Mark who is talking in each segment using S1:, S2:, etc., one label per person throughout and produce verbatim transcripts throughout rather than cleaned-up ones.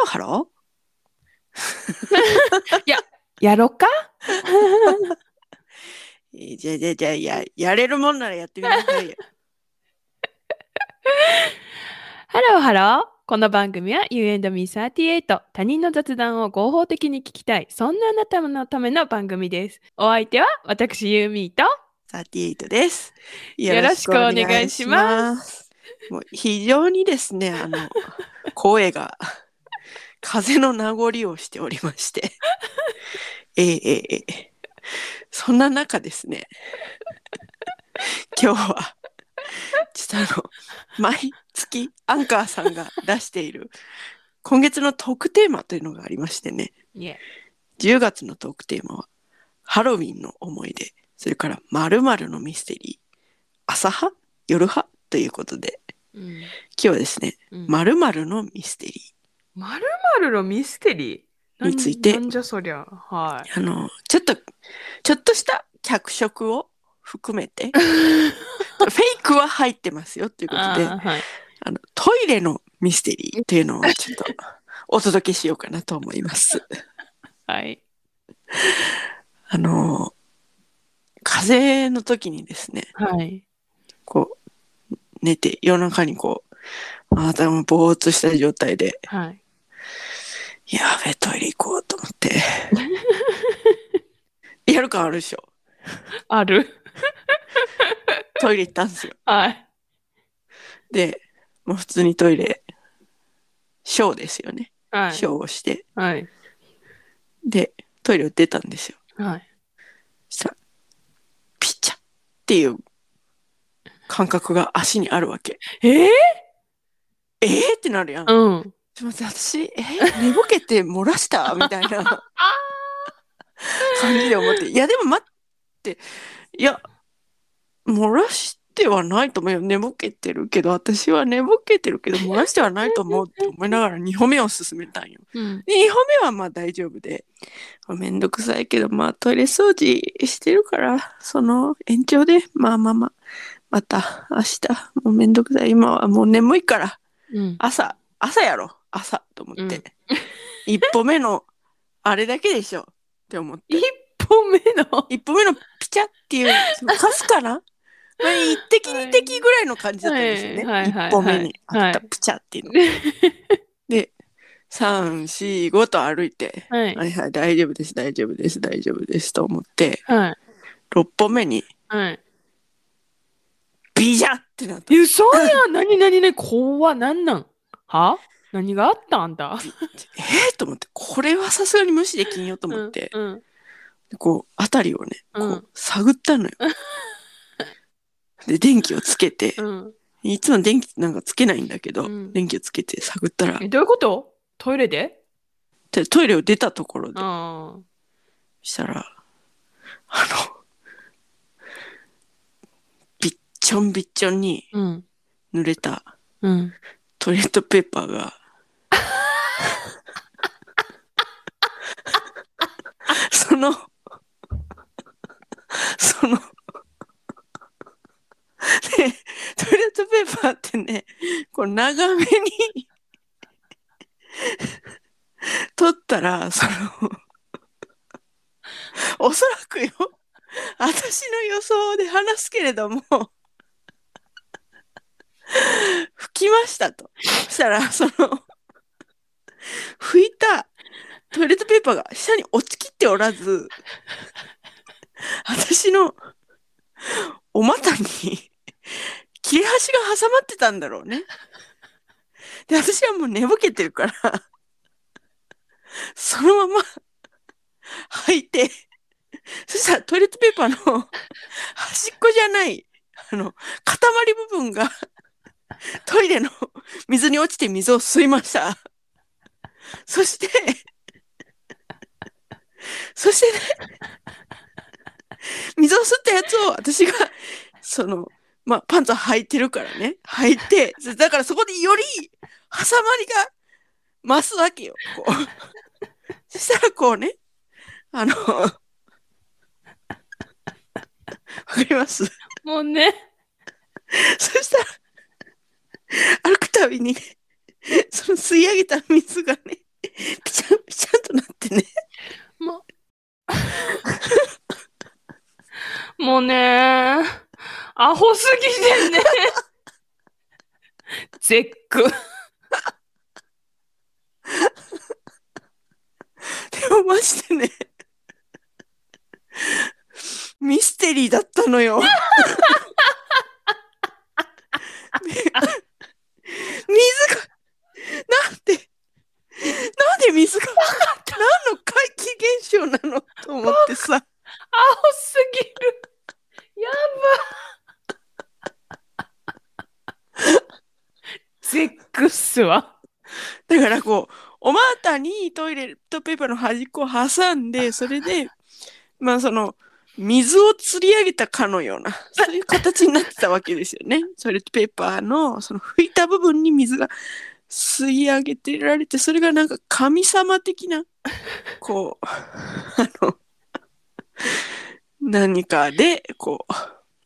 S1: ハロ
S2: や、やろか
S1: ーじゃあじゃあじゃあや、やれるもんならやってみなさいよ。
S2: ハローハロー。この番組は You and me38 他人の雑談を合法的に聞きたい、そんなあなたのための番組です。お相手は私ユーミーと
S1: さんじゅうはちです。
S2: よろしくお願いします。
S1: もう非常にですね、あの声が風邪の名残をしておりまして、えー、えー、えー、そんな中ですね、今日はちょっとあの毎月アンカーさんが出している今月のトークテーマというのがありましてね、
S2: yeah.
S1: じゅうがつのトークテーマはハロウィンの思い出、それから〇〇のミステリー、朝派夜派ということで、うん、今日はですね、うん、〇〇のミステリー、
S2: 〇〇のミステリー
S1: について、
S2: なんじゃそりゃ、はい、
S1: あのちょっとちょっとした脚色を含めてフェイクは入ってますよということで、あ、はい、あのトイレのミステリーというのをちょっとお届けしようかなと思います。
S2: はい。
S1: あの風邪の時にですね、
S2: はい、
S1: こう寝て夜中にこう頭ぼーっとした状態で、はい、やべえトイレ行こうと思ってやる感あるでしょ。
S2: ある。
S1: トイレ行ったんですよ。
S2: はい。
S1: で、もう普通にトイレショーですよね。はい、ショーをして、はい、でトイレを出たんですよ。はい。そしたらピッチャっていう感覚が足にあるわけ。えー、えー、ってなるやん。うん。ちょっと待って、私、えー、寝ぼけて漏らしたみたいな感じで思って、いやでも待って、いや漏らしてはないと思うよ。寝ぼけてるけど、私は寝ぼけてるけど漏らしてはないと思うって思いながらにほんめを進めたんよ。うん、でにほんめはまあ大丈夫で、めんどくさいけどまあトイレ掃除してるからその延長でまあまあまあまた明日もうめんどくさい、今はもう眠いから、うん、朝朝やろ朝と思って、うん、一歩目のあれだけでしょって思って、一歩目の一歩目のピチャっていうかすかなまあ、一滴二滴ぐらいの感じだったんですよね、はいはいはい、一歩目にあったピチャっていうの、はい、でさん、よん、ごと歩いて、はい、はいはい大丈夫です大丈夫です大丈夫ですと思って、はい、ろっぽんめに、はい、ビジャってなった。
S2: え、そうやん。なになにね、怖なんなんは何があったんだ
S1: えー、と思って、これはさすがに無視できんよと思って、うんうん、でこう辺りをねこう探ったのよ、うんで電気をつけて、うん、いつも電気なんかつけないんだけど、うん、電気をつけて探ったら、
S2: えどういうこと？トイレで？
S1: トイレを出たところで、そしたらあのびっちょんびっちょんに濡れたトイレットペーパーが、うん、そのそのでトイレットペーパーってねこう長めに取ったらそのおそらくよ私の予想で話すけれども拭きましたと。そしたらその拭いたトイレットペーパーが下に落ちきっておらず、私のお股に切れ端が挟まってたんだろうね。で私はもう寝ぼけてるからそのまま履いて、そしたらトイレットペーパーの端っこじゃないあの塊部分がトイレの水に落ちて水を吸いました。そしてそしてね水を吸ったやつを私がそのまあパンツ履いてるからね履いて、だからそこでより挟まりが増すわけよ。こうそしたらこうねあのわかります？
S2: もうね
S1: そしたら歩くたびにねその吸い上げた水がね
S2: もうね、アホすぎてね。絶句。
S1: でもマジでね、ミステリーだったのよ。水が、なんで、なんで水が、何の怪奇現象なのと思ってさ。
S2: アホすぎる。やば。絶句っすわ。
S1: だからこう、お股にトイレットペーパーの端っこを挟んで、それで、まあその、水を釣り上げたかのような、そういう形になってたわけですよね。トイレットペーパーの、その拭いた部分に水が吸い上げてられて、それがなんか神様的な、こう、あの、何かで、こう、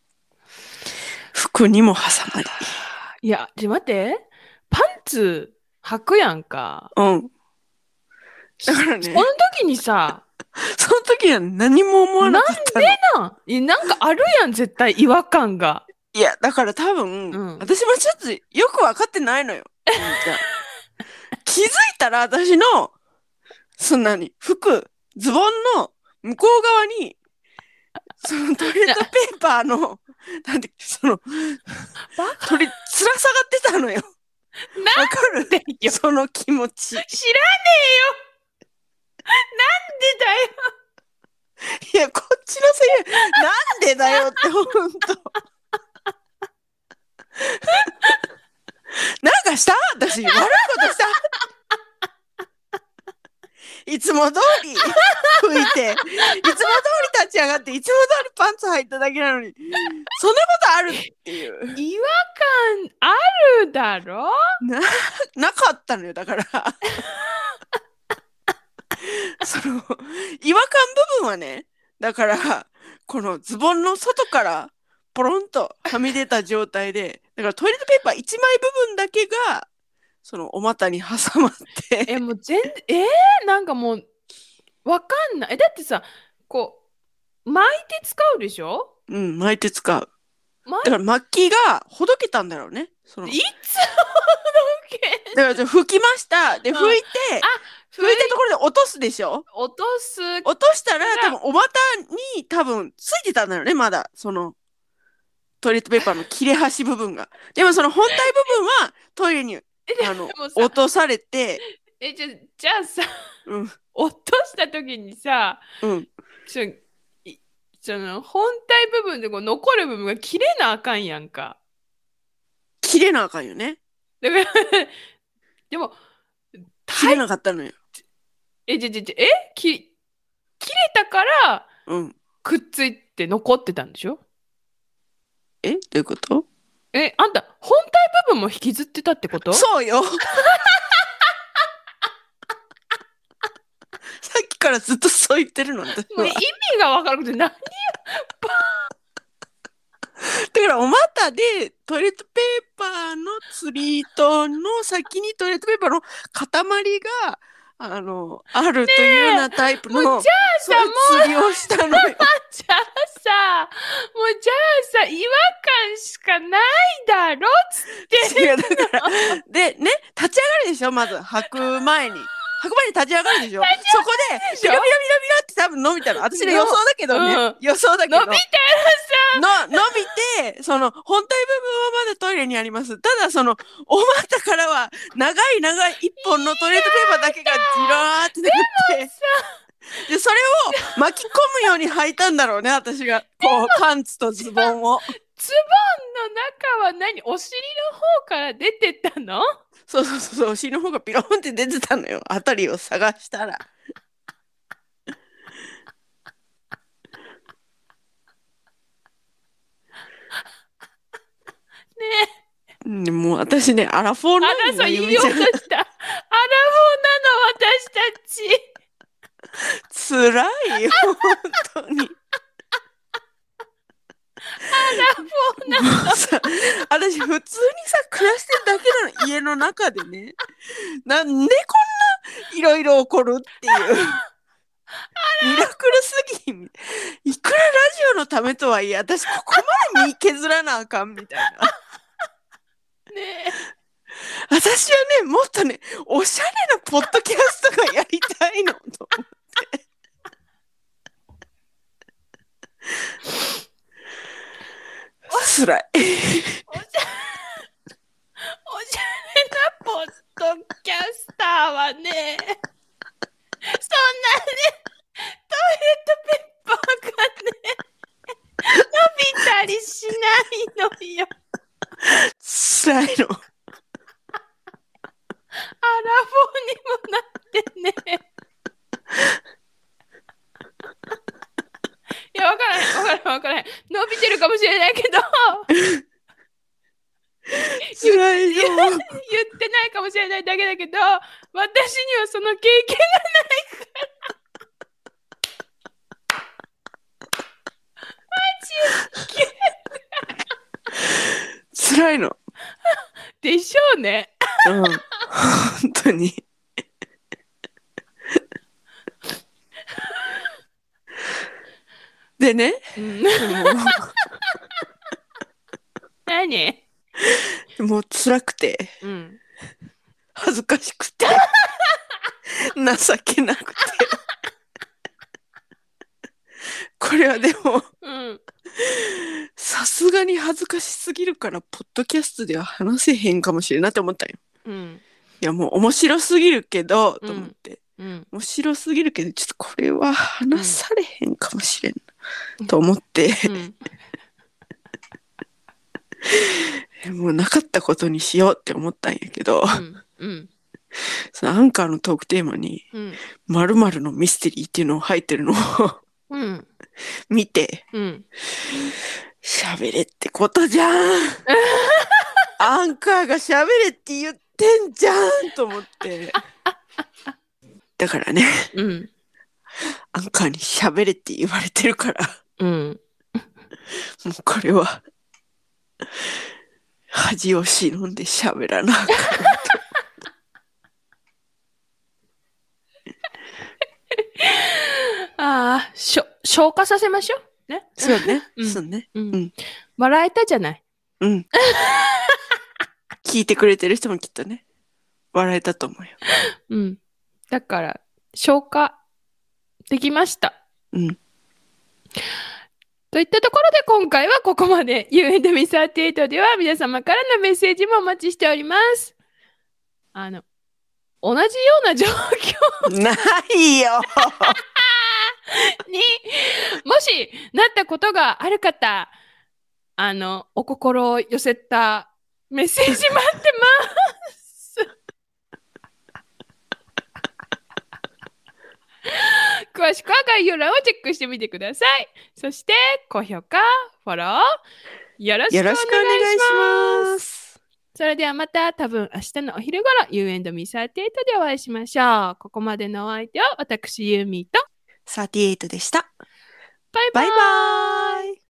S1: 服にも挟まり。
S2: いや、ちょ待って。パンツ履くやんか。
S1: うん。だからね、
S2: その時にさ、
S1: その時は何も思わなかったの。
S2: なんでなんいなんかあるやん、絶対違和感が。
S1: いや、だから多分、
S2: うん、
S1: 私もちょっとよく分かってないのよ。気づいたら私の、そんなに、服、ズボンの向こう側に、そのトイレットペーパーの、なんで、その、取り、つら下がってたのよ。わかる
S2: でよ。
S1: その気持ち。
S2: 知らねえよ。なんでだよ。
S1: いや、こっちのせい、なんでだよってほんと。なんかした私、悪いことしたいつも通り拭いて、いつも通り立ち上がって、いつも通りパンツ履いただけなのに、そんなことあるっていう。
S2: 違和感あるだろ
S1: な、なかったのよ、だから。その、違和感部分はね、だから、このズボンの外からポロンとはみ出た状態で、だからトイレットペーパーいちまい部分だけが、そのお股に挟まって。
S2: え、もう全然、えー、なんかもう、わかんない。え、だってさ、こう、巻いて使うでしょ
S1: うん、巻いて使う。
S2: 巻
S1: だから巻きがほどけたんだろうね。その
S2: いつほどけ
S1: だからじゃあ拭きました。で、
S2: うん
S1: 拭いて、
S2: あ、
S1: 拭いたところで落とすでしょ
S2: 落とす。
S1: 落としたら多分お股に多分ついてたんだよね、まだ。そのトイレットペーパーの切れ端部分が。でもその本体部分はトイレにあの
S2: でもさ
S1: 落とされて、
S2: え、じゃ、じゃあさ、
S1: うん、
S2: 落とした時にさ、
S1: うん。
S2: ちょ、いその本体部分でこう残る部分が切れなあかんやんか。
S1: 切れなあかんよね。
S2: だからでも、
S1: 切れなかったのよ。
S2: え、じゃ、じゃ、じゃ、えき切れたから
S1: うん。
S2: くっついて残ってたんでしょ
S1: えどういうこと？
S2: え、あんた本体部分も引きずってたってこと？
S1: そうよ。さっきからずっとそう言ってるの私は。
S2: もう意味が分からなくて何
S1: だからお股でトイレットペーパーの釣り糸の先にトイレットペーパーの塊があのあるというようなタイプの
S2: もうじゃあさ
S1: そういう釣りをしたのよ。
S2: じゃあさもうじゃあさ違和感しかないだろっつって
S1: 違うだからでね立ち上がるでしょまず履く前に。履く前に立ち上がるでしょそこでビラビラビラビラって多分伸びたの。私の予想だけどね、
S2: うん、
S1: 予想だけど
S2: 伸びたら
S1: さの伸びてその本体部分はまだトイレにあります。ただそのお股からは長い長い一本のトイレットペーパーだけがじらーってなってでそれを巻き込むように履いたんだろうね私がこうパンツとズボンを。
S2: ズボンの中は何お尻の方から出てたの？
S1: そうそうそう、お尻の方がピロンって出てたのよ。あたりを探したら。
S2: ね
S1: え。もう私ね、アラフォーなのよ。
S2: あらそう言おうとした。アラフォーなの私たち。
S1: つらいよ、本当に。
S2: アラフォーなの
S1: さ私普通にさ暮らしてるだけの家の中でねなんでこんないろいろ起こるっていうミラクルすぎん。いくらラジオのためとはいえ、私ここまで身削らなあかんみたいな。
S2: ねえ。
S1: 私はね、もっとね、おしゃれなポッドキャストがやりたいのと思って。つらい。
S2: おしゃおしゃれなポッドキャスターはね、そんなね、トイレットペッパーがね、伸びたりしないのよ。
S1: つらいの。
S2: アラフォーにもなってね。いや、わからへん、わからへん、わからへん。伸びてるかもしれないけど、
S1: つらいの。
S2: 言ってないかもしれないだけだけど、私にはその経験がないから。マジ
S1: つらいの。
S2: でしょうね。
S1: うん。本当に。でね、
S2: うん、
S1: も
S2: 何
S1: う、もう辛くて、
S2: うん。
S1: 恥ずかしくて、情けなくて。これはでも、
S2: うん。
S1: さすがに恥ずかしすぎるから、ポッドキャストでは話せへんかもしれんなって思ったんよ。
S2: うん。
S1: いや、もう面白すぎるけど、
S2: うん
S1: と思って。
S2: うん。
S1: 面白すぎるけど、ちょっとこれは話されへんかもしれんな、と思って、
S2: うん。
S1: もうなかったことにしようって思ったんやけど、
S2: うんうん。
S1: そのアンカーのトークテーマに、
S2: うん。
S1: 〇〇のミステリーっていうのを入ってるのを
S2: うん。
S1: 見て、
S2: うん。
S1: 喋れってことじゃん。アンカーが喋れって言ってんじゃんと思って。だからね、
S2: うん。
S1: アンカーに喋れって言われてるから、
S2: うん。
S1: もうこれは恥を忍んで喋らなあかんと。
S2: ああ、しょ、消化させましょう。ね。
S1: そうね。
S2: うん
S1: そうね。
S2: う。
S1: うんん。
S2: 笑えたじゃない。
S1: うん。聞いてくれてる人もきっとね、笑えたと思うよ。
S2: うん。だから、消化できました。
S1: うん。
S2: といったところで今回はここまで You and me サーティエイトでは皆様からのメッセージもお待ちしております。あの、同じような状況
S1: ないよ。
S2: にもしなったことがある方、あの、お心を寄せたメッセージ待ってます。詳しくは概要欄をチェックしてみてください。そして、高評価、フォロー、よろしくお願いします。それではまた多分明日のお昼頃 You and me サーティエイトでお会いしましょう。ここまでのお相手は私ユーミーと
S1: サーティエイトでした。
S2: バイバイ。
S1: バイバーイ。